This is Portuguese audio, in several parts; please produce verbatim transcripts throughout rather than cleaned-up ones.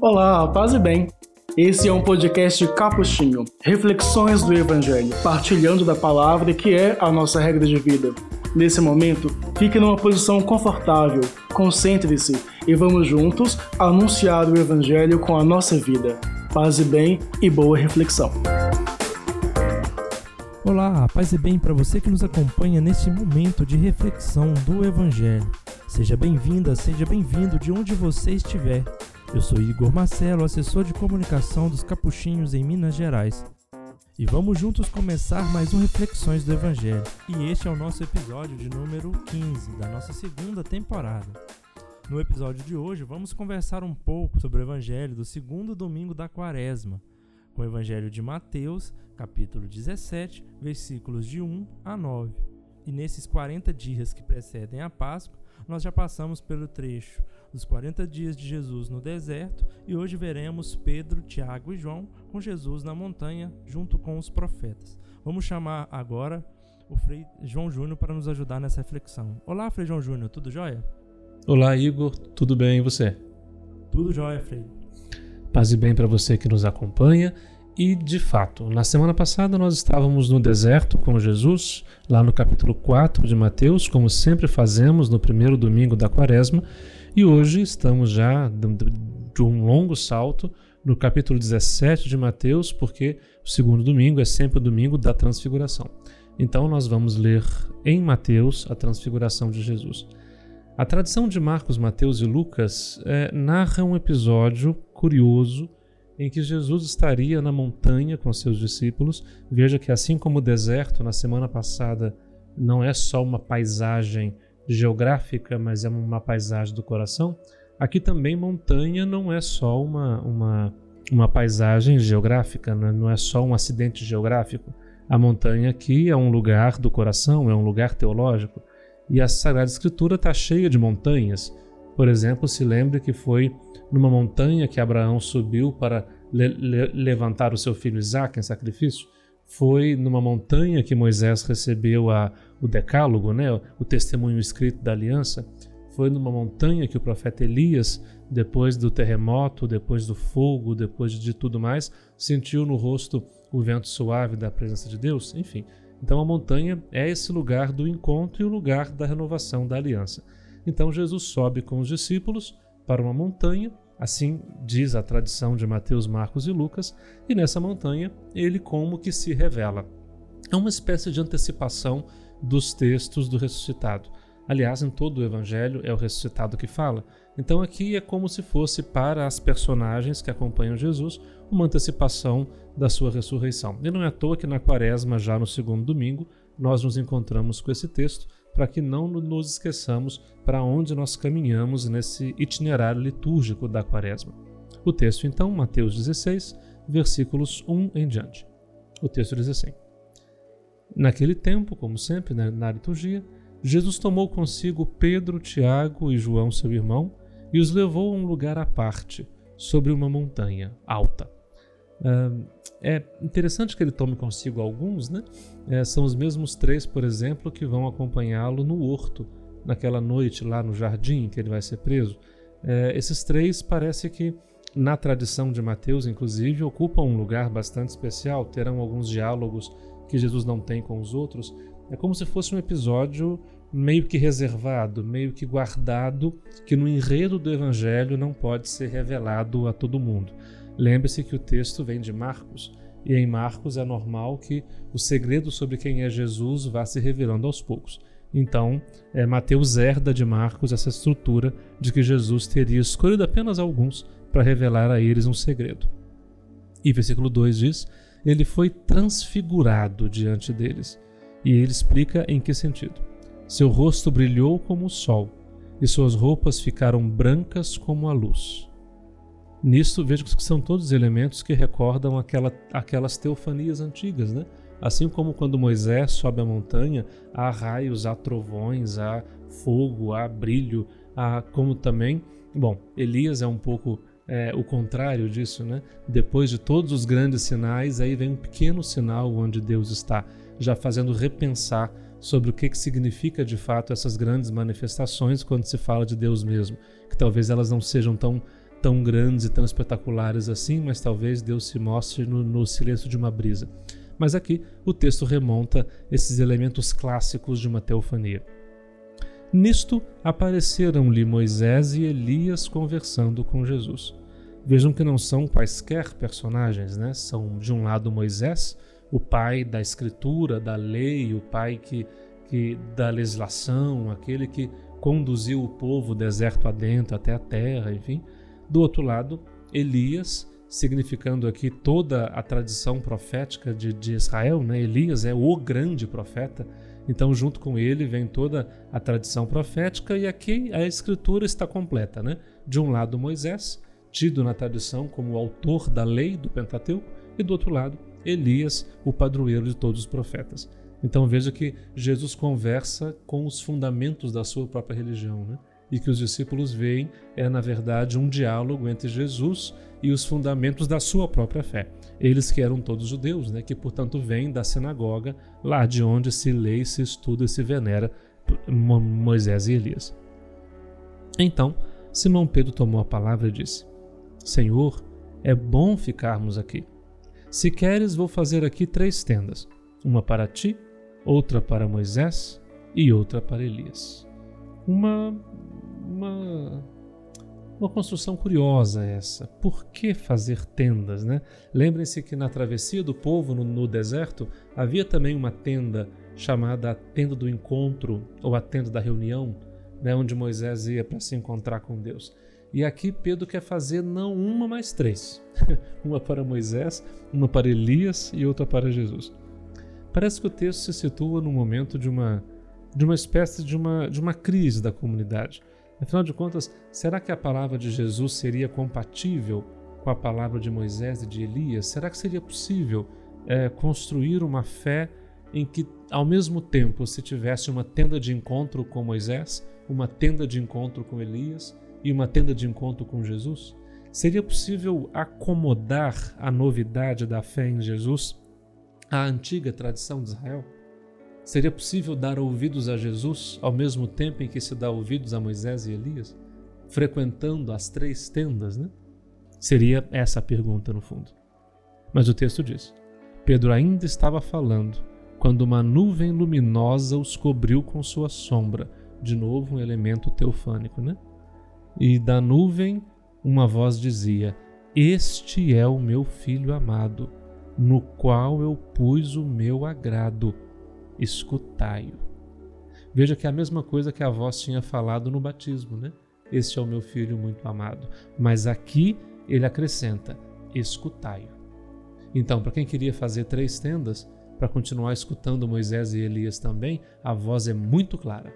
Olá, paz e bem. Esse é um podcast Capuchinho, reflexões do Evangelho, partilhando da palavra que é a nossa regra de vida. Nesse momento, fique numa posição confortável, concentre-se e vamos juntos anunciar o Evangelho com a nossa vida. Paz e bem e boa reflexão. Olá, paz e bem para você que nos acompanha nesse momento de reflexão do Evangelho. Seja bem-vinda, seja bem-vindo de onde você estiver. Eu sou Igor Marcelo, assessor de comunicação dos Capuchinhos em Minas Gerais. E vamos juntos começar mais um Reflexões do Evangelho. E este é o nosso episódio de número quinze, da nossa segunda temporada. No episódio de hoje, vamos conversar um pouco sobre o Evangelho do segundo domingo da Quaresma, com o Evangelho de Mateus, capítulo dezessete, versículos de um a nove. E nesses quarenta dias que precedem a Páscoa, nós já passamos pelo trecho dos quarenta dias de Jesus no deserto e hoje veremos Pedro, Tiago e João com Jesus na montanha junto com os profetas. Vamos chamar agora o Frei João Júnior para nos ajudar nessa reflexão. Olá, Frei João Júnior, tudo jóia? Olá, Igor, tudo bem e você? Tudo jóia, Frei. Paz e bem para você que nos acompanha. E, de fato, na semana passada nós estávamos no deserto com Jesus, lá no capítulo quatro de Mateus, como sempre fazemos no primeiro domingo da Quaresma, e hoje estamos já de um longo salto no capítulo dezessete de Mateus, porque o segundo domingo é sempre o domingo da Transfiguração. Então nós vamos ler em Mateus a Transfiguração de Jesus. A tradição de Marcos, Mateus e Lucas é, narra um episódio curioso em que Jesus estaria na montanha com seus discípulos. Veja que assim como o deserto na semana passada não é só uma paisagem geográfica, mas é uma paisagem do coração, aqui também montanha não é só uma, uma, uma paisagem geográfica, né? Não é só um acidente geográfico. A montanha aqui é um lugar do coração, é um lugar teológico. E a Sagrada Escritura está cheia de montanhas. Por exemplo, se lembre que foi numa montanha que Abraão subiu para le- le- levantar o seu filho Isaque em sacrifício. Foi numa montanha que Moisés recebeu a, o decálogo, né, o testemunho escrito da aliança. Foi numa montanha que o profeta Elias, depois do terremoto, depois do fogo, depois de tudo mais, sentiu no rosto o vento suave da presença de Deus. Enfim, então a montanha é esse lugar do encontro e o lugar da renovação da aliança. Então Jesus sobe com os discípulos para uma montanha, assim diz a tradição de Mateus, Marcos e Lucas, e nessa montanha ele como que se revela. É uma espécie de antecipação dos textos do ressuscitado. Aliás, em todo o Evangelho é o ressuscitado que fala. Então aqui é como se fosse para as personagens que acompanham Jesus uma antecipação da sua ressurreição. E não é à toa que na Quaresma, já no segundo domingo, nós nos encontramos com esse texto, para que não nos esqueçamos para onde nós caminhamos nesse itinerário litúrgico da Quaresma. O texto, então, Mateus dezesseis, versículos um em diante. O texto diz assim: Naquele tempo, como sempre, né, na liturgia, Jesus tomou consigo Pedro, Tiago e João, seu irmão, e os levou a um lugar à parte, sobre uma montanha alta. Uh, é interessante que ele tome consigo alguns, né? É, são os mesmos três, por exemplo, que vão acompanhá-lo no horto, naquela noite lá no jardim que ele vai ser preso. É, esses três parece que, na tradição de Mateus, inclusive, ocupam um lugar bastante especial, terão alguns diálogos que Jesus não tem com os outros. É como se fosse um episódio meio que reservado, meio que guardado, que no enredo do Evangelho não pode ser revelado a todo mundo. Lembre-se que o texto vem de Marcos, e em Marcos é normal que o segredo sobre quem é Jesus vá se revelando aos poucos. Então, é, Mateus herda de Marcos essa estrutura de que Jesus teria escolhido apenas alguns para revelar a eles um segredo. E versículo dois diz: Ele foi transfigurado diante deles. E ele explica em que sentido. Seu rosto brilhou como o sol, e suas roupas ficaram brancas como a luz. Nisto, vejo que são todos elementos que recordam aquela, aquelas teofanias antigas, né? Assim como quando Moisés sobe a montanha, há raios, há trovões, há fogo, há brilho, há como também... Bom, Elias é um pouco é, o contrário disso, né? Depois de todos os grandes sinais, aí vem um pequeno sinal onde Deus está, já fazendo repensar sobre o que, que significa de fato essas grandes manifestações quando se fala de Deus mesmo, que talvez elas não sejam tão tão grandes e tão espetaculares assim, mas talvez Deus se mostre no, no silêncio de uma brisa. Mas aqui o texto remonta esses elementos clássicos de uma teofania. Nisto apareceram-lhe Moisés e Elias conversando com Jesus. Vejam que não são quaisquer personagens, né? São, de um lado, Moisés, o pai da escritura, da lei, o pai que, que, da legislação, aquele que conduziu o povo deserto adentro até a terra, enfim. Do outro lado, Elias, significando aqui toda a tradição profética de, de Israel, né? Elias é o grande profeta. Então, junto com ele vem toda a tradição profética e aqui a escritura está completa, né? De um lado, Moisés, tido na tradição como o autor da lei do Pentateuco, e do outro lado, Elias, o padroeiro de todos os profetas. Então, veja que Jesus conversa com os fundamentos da sua própria religião, né? E que os discípulos veem é, na verdade, um diálogo entre Jesus e os fundamentos da sua própria fé. Eles que eram todos judeus, né, que, portanto, vêm da sinagoga, lá de onde se lê, se estuda e se venera Moisés e Elias. Então, Simão Pedro tomou a palavra e disse: Senhor, é bom ficarmos aqui. Se queres, vou fazer aqui três tendas, uma para ti, outra para Moisés e outra para Elias. Uma... uma... Uma construção curiosa essa. Por que fazer tendas, né? Lembrem-se que na travessia do povo no, no deserto havia também uma tenda chamada a tenda do encontro ou a tenda da reunião, né, onde Moisés ia para se encontrar com Deus. E aqui Pedro quer fazer não uma, mas três. Uma para Moisés, uma para Elias e outra para Jesus. Parece que o texto se situa no momento de uma, de uma espécie de uma, de uma crise da comunidade. Afinal de contas, será que a palavra de Jesus seria compatível com a palavra de Moisés e de Elias? Será que seria possível é, construir uma fé em que, ao mesmo tempo, se tivesse uma tenda de encontro com Moisés, uma tenda de encontro com Elias e uma tenda de encontro com Jesus? Seria possível acomodar a novidade da fé em Jesus à antiga tradição de Israel? Seria possível dar ouvidos a Jesus ao mesmo tempo em que se dá ouvidos a Moisés e Elias, frequentando as três tendas, né? Seria essa a pergunta no fundo. Mas o texto diz: Pedro ainda estava falando quando uma nuvem luminosa os cobriu com sua sombra. De novo um elemento teofânico, né? E da nuvem uma voz dizia: Este é o meu filho amado, no qual eu pus o meu agrado. Escutai-o. Veja que é a mesma coisa que a voz tinha falado no batismo, né? Este é o meu filho muito amado. Mas aqui ele acrescenta: escutai-o. Então, para quem queria fazer três tendas, para continuar escutando Moisés e Elias também, a voz é muito clara.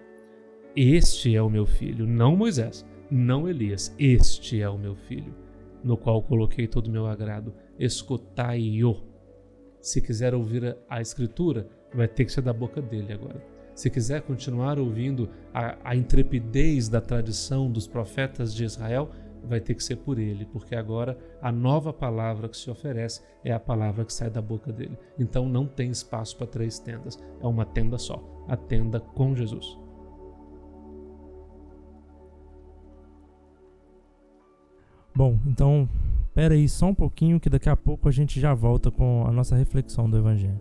Este é o meu filho, não Moisés, não Elias. Este é o meu filho, no qual coloquei todo o meu agrado. Escutai-o. Se quiser ouvir a Escritura, vai ter que ser da boca dele agora. Se quiser continuar ouvindo a, a intrepidez da tradição dos profetas de Israel, vai ter que ser por ele, porque agora a nova palavra que se oferece é a palavra que sai da boca dele. Então não tem espaço para três tendas, é uma tenda só, a tenda com Jesus. Bom, então, espera aí só um pouquinho que daqui a pouco a gente já volta com a nossa reflexão do Evangelho.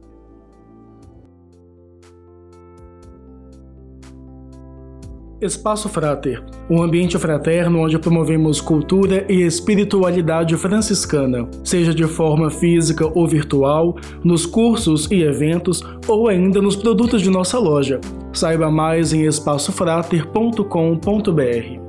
Espaço Frater, um ambiente fraterno onde promovemos cultura e espiritualidade franciscana, seja de forma física ou virtual, nos cursos e eventos ou ainda nos produtos de nossa loja. Saiba mais em espaço frater ponto com ponto b r.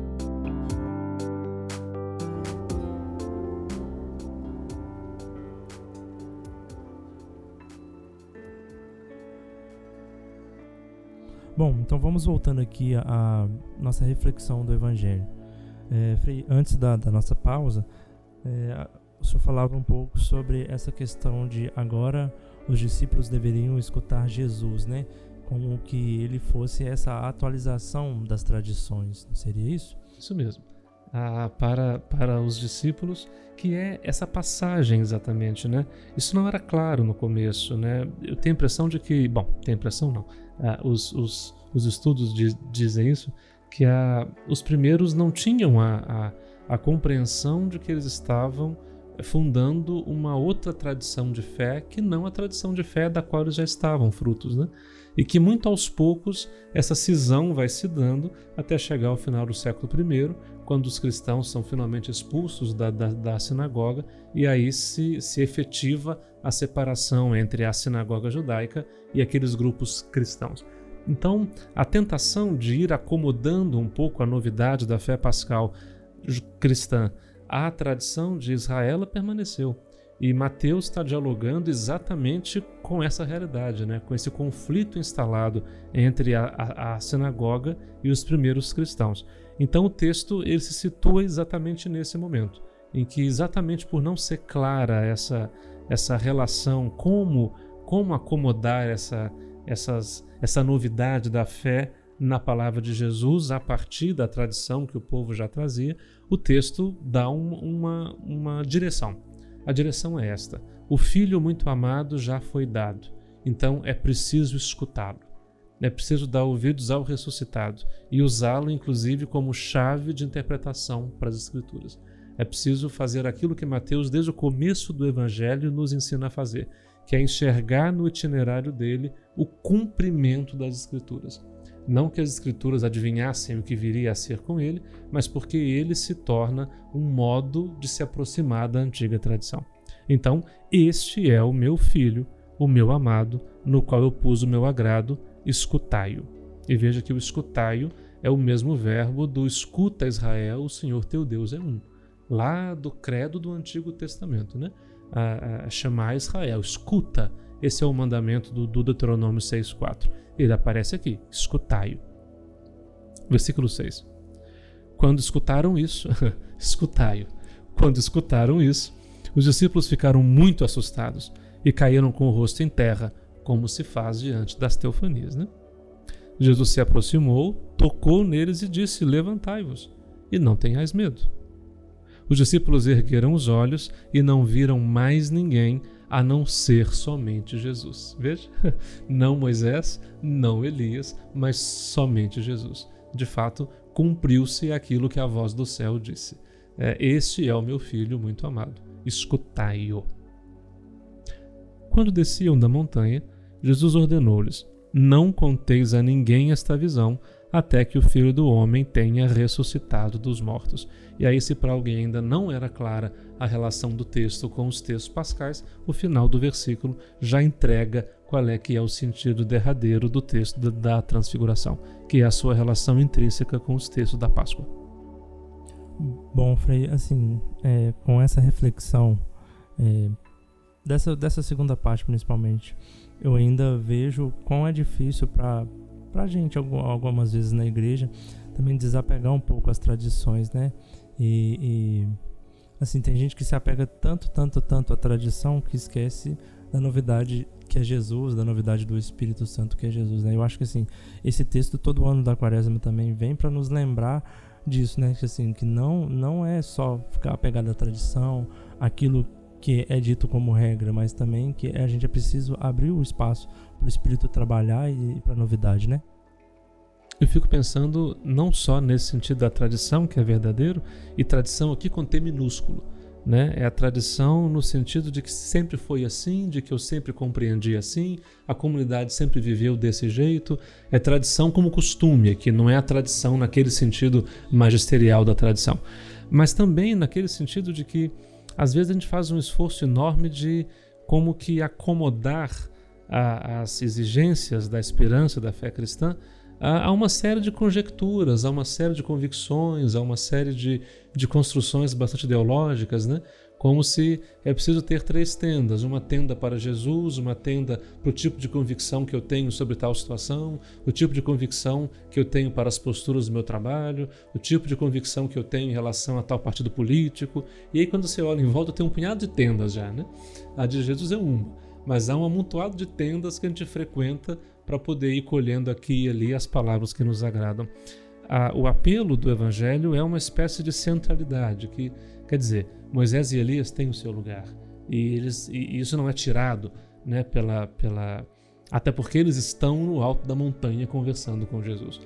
Bom, então vamos voltando aqui à nossa reflexão do Evangelho. É, Frei, antes da, da nossa pausa, é, o senhor falava um pouco sobre essa questão de agora os discípulos deveriam escutar Jesus, né? Como que ele fosse essa atualização das tradições, não seria isso? Isso mesmo. Ah, para, para os discípulos, que é essa passagem exatamente, né? Isso não era claro no começo, né? Eu tenho a impressão de que, bom, tenho a impressão não, ah, os, os, os estudos diz, dizem isso, que ah, os primeiros não tinham a, a, a compreensão de que eles estavam fundando uma outra tradição de fé que não a tradição de fé da qual eles já estavam frutos, né? E que muito aos poucos essa cisão vai se dando até chegar ao final do século primeiro, quando os cristãos são finalmente expulsos da, da, da sinagoga, e aí se, se efetiva a separação entre a sinagoga judaica e aqueles grupos cristãos. Então, a tentação de ir acomodando um pouco a novidade da fé pascal cristã à tradição de Israel permaneceu. E Mateus está dialogando exatamente com essa realidade, né? Com esse conflito instalado entre a, a, a sinagoga e os primeiros cristãos. Então o texto ele se situa exatamente nesse momento, em que exatamente por não ser clara essa, essa relação, como, como acomodar essa, essas, essa novidade da fé na palavra de Jesus a partir da tradição que o povo já trazia, o texto dá um, uma, uma direção. A direção é esta: o Filho muito amado já foi dado, então é preciso escutá-lo. É preciso dar ouvidos ao ressuscitado e usá-lo, inclusive, como chave de interpretação para as Escrituras. É preciso fazer aquilo que Mateus, desde o começo do Evangelho, nos ensina a fazer, que é enxergar no itinerário dele o cumprimento das Escrituras. Não que as Escrituras adivinhassem o que viria a ser com ele, mas porque ele se torna um modo de se aproximar da antiga tradição. Então, este é o meu Filho, o meu amado, no qual eu pus o meu agrado, escutai-o. E veja que o escutai-o é o mesmo verbo do escuta Israel, o Senhor teu Deus é um. Lá do credo do Antigo Testamento, né? A, a chamar Israel, escuta. Esse é o mandamento do, do Deuteronômio seis, quatro. Ele aparece aqui, escutai-o. Versículo seis. Quando escutaram isso, escutai-o. Quando escutaram isso, os discípulos ficaram muito assustados e caíram com o rosto em terra, como se faz diante das teofanias, né? Jesus se aproximou, tocou neles e disse: levantai-vos e não tenhais medo. Os discípulos ergueram os olhos e não viram mais ninguém a não ser somente Jesus. Veja, não Moisés, não Elias, mas somente Jesus. De fato, cumpriu-se aquilo que a voz do céu disse: é, este é o meu filho muito amado, escutai-o. Quando desciam da montanha, Jesus ordenou-lhes: não conteis a ninguém esta visão, até que o Filho do Homem tenha ressuscitado dos mortos. E aí, se para alguém ainda não era clara a relação do texto com os textos pascais, o final do versículo já entrega qual é que é o sentido derradeiro do texto da Transfiguração, que é a sua relação intrínseca com os textos da Páscoa. Bom, Frei, assim, é, com essa reflexão é, dessa, dessa segunda parte principalmente, eu ainda vejo quão é difícil para a gente, algumas vezes na igreja, também desapegar um pouco as tradições, né? E, e assim, tem gente que se apega tanto, tanto, tanto à tradição que esquece da novidade que é Jesus, da novidade do Espírito Santo que é Jesus, né? Eu acho que assim, esse texto todo ano da Quaresma também vem para nos lembrar disso, né? Que assim, que não, não é só ficar apegado à tradição, aquilo que é dito como regra, mas também que a gente é preciso abrir o espaço para o Espírito trabalhar e, e para a novidade, né? Eu fico pensando não só nesse sentido da tradição, que é verdadeiro, e tradição aqui com T minúsculo, né? É a tradição no sentido de que sempre foi assim, de que eu sempre compreendi assim, a comunidade sempre viveu desse jeito. É tradição como costume, que não é a tradição naquele sentido magisterial da tradição, mas também naquele sentido de que às vezes a gente faz um esforço enorme de como que acomodar a, as exigências da esperança da fé cristã a, a uma série de conjecturas, a uma série de convicções, a uma série de, de construções bastante ideológicas, né? Como se é preciso ter três tendas, uma tenda para Jesus, uma tenda para o tipo de convicção que eu tenho sobre tal situação, o tipo de convicção que eu tenho para as posturas do meu trabalho, o tipo de convicção que eu tenho em relação a tal partido político. E aí quando você olha em volta tem um punhado de tendas já, né? A de Jesus é uma, mas há um amontoado de tendas que a gente frequenta para poder ir colhendo aqui e ali as palavras que nos agradam. A, o apelo do Evangelho é uma espécie de centralidade, que quer dizer, Moisés e Elias têm o seu lugar, e, eles, e isso não é tirado, né, pela, pela, até porque eles estão no alto da montanha conversando com Jesus.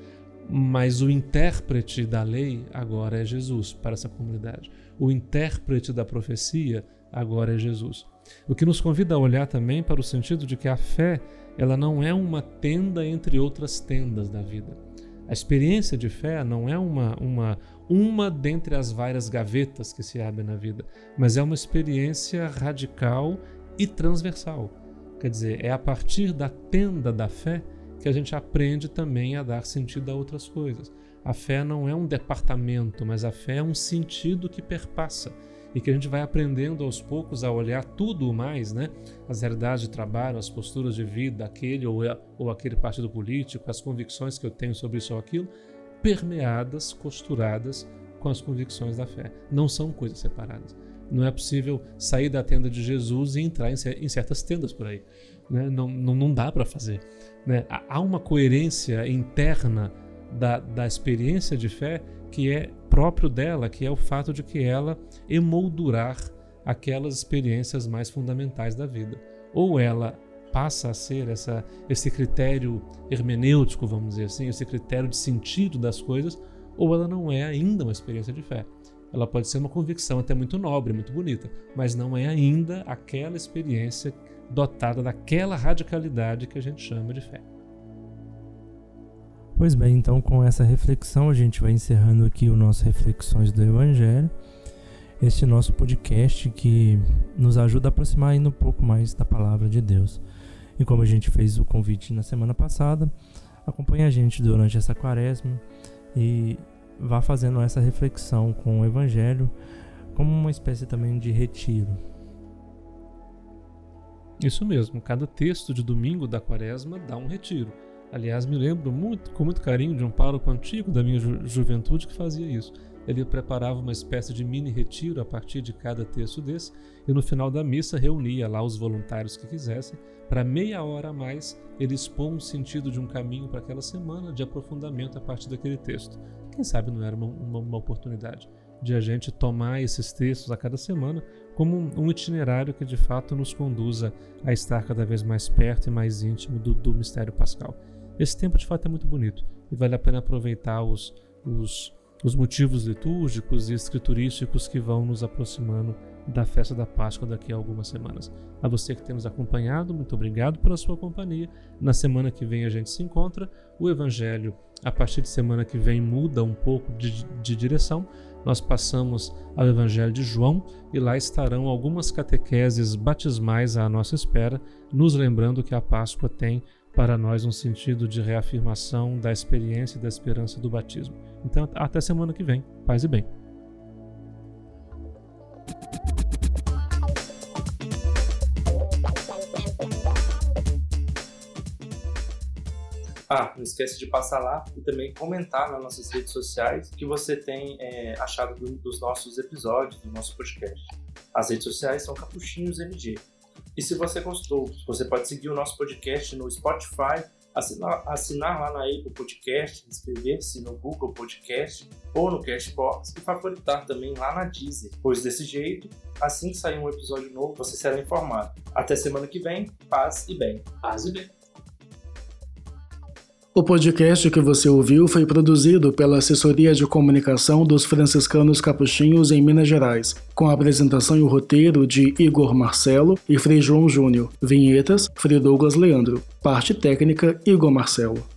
mas o intérprete da lei agora é Jesus para essa comunidade. O intérprete da profecia agora é Jesus. O que nos convida a olhar também para o sentido de que a fé, ela não é uma tenda entre outras tendas da vida. A experiência de fé não é uma, uma, uma dentre as várias gavetas que se abrem na vida, mas é uma experiência radical e transversal. Quer dizer, é a partir da tenda da fé que a gente aprende também a dar sentido a outras coisas. A fé não é um departamento, mas a fé é um sentido que perpassa e que a gente vai aprendendo aos poucos a olhar tudo mais, né? As realidades de trabalho, as posturas de vida, aquele ou, ou aquele partido político, as convicções que eu tenho sobre isso ou aquilo, permeadas, costuradas com as convicções da fé. Não são coisas separadas. Não é possível sair da tenda de Jesus e entrar em certas tendas por aí. Né? Não, não, não dá para fazer. Né? Há uma coerência interna da, da experiência de fé que é próprio dela, que é o fato de que ela emoldurar aquelas experiências mais fundamentais da vida. Ou ela passa a ser essa, esse critério hermenêutico, vamos dizer assim, esse critério de sentido das coisas, ou ela não é ainda uma experiência de fé. Ela pode ser uma convicção até muito nobre, muito bonita, mas não é ainda aquela experiência dotada daquela radicalidade que a gente chama de fé. Pois bem, então com essa reflexão a gente vai encerrando aqui o nosso Reflexões do Evangelho, este nosso podcast que nos ajuda a aproximar ainda um pouco mais da Palavra de Deus. E como a gente fez o convite na semana passada, acompanhe a gente durante essa quaresma e vá fazendo essa reflexão com o Evangelho como uma espécie também de retiro. Isso mesmo, cada texto de domingo da quaresma dá um retiro. Aliás, me lembro muito, com muito carinho de um pároco antigo da minha ju- juventude que fazia isso. Ele preparava uma espécie de mini-retiro a partir de cada texto desse e no final da missa reunia lá os voluntários que quisessem para meia hora a mais ele expor um sentido de um caminho para aquela semana de aprofundamento a partir daquele texto. Quem sabe não era uma, uma, uma oportunidade de a gente tomar esses textos a cada semana como um, um itinerário que de fato nos conduza a estar cada vez mais perto e mais íntimo do, do mistério pascal. Esse tempo de fato é muito bonito e vale a pena aproveitar os, os, os motivos litúrgicos e escriturísticos que vão nos aproximando da festa da Páscoa daqui a algumas semanas. A você que tem nos acompanhado, muito obrigado pela sua companhia. Na semana que vem a gente se encontra. O Evangelho, a partir de semana que vem, muda um pouco de, de direção. Nós passamos ao Evangelho de João e lá estarão algumas catequeses batismais à nossa espera, nos lembrando que a Páscoa tem para nós um sentido de reafirmação da experiência e da esperança do batismo. Então, até semana que vem. Paz e bem. Ah, não esquece de passar lá e também comentar nas nossas redes sociais o que você tem é, achado do, dos nossos episódios, do nosso podcast. As redes sociais são Capuchinhos M G. E se você gostou, você pode seguir o nosso podcast no Spotify, assinar, assinar lá na Apple Podcast, inscrever-se no Google Podcast ou no Castbox e favoritar também lá na Deezer. Pois desse jeito, assim que sair um episódio novo, você será informado. Até semana que vem, paz e bem. Paz e bem. O podcast que você ouviu foi produzido pela Assessoria de Comunicação dos Franciscanos Capuchinhos em Minas Gerais, com a apresentação e o roteiro de Igor Marcelo e Frei João Júnior. Vinhetas, Frei Douglas Leandro. Parte técnica, Igor Marcelo.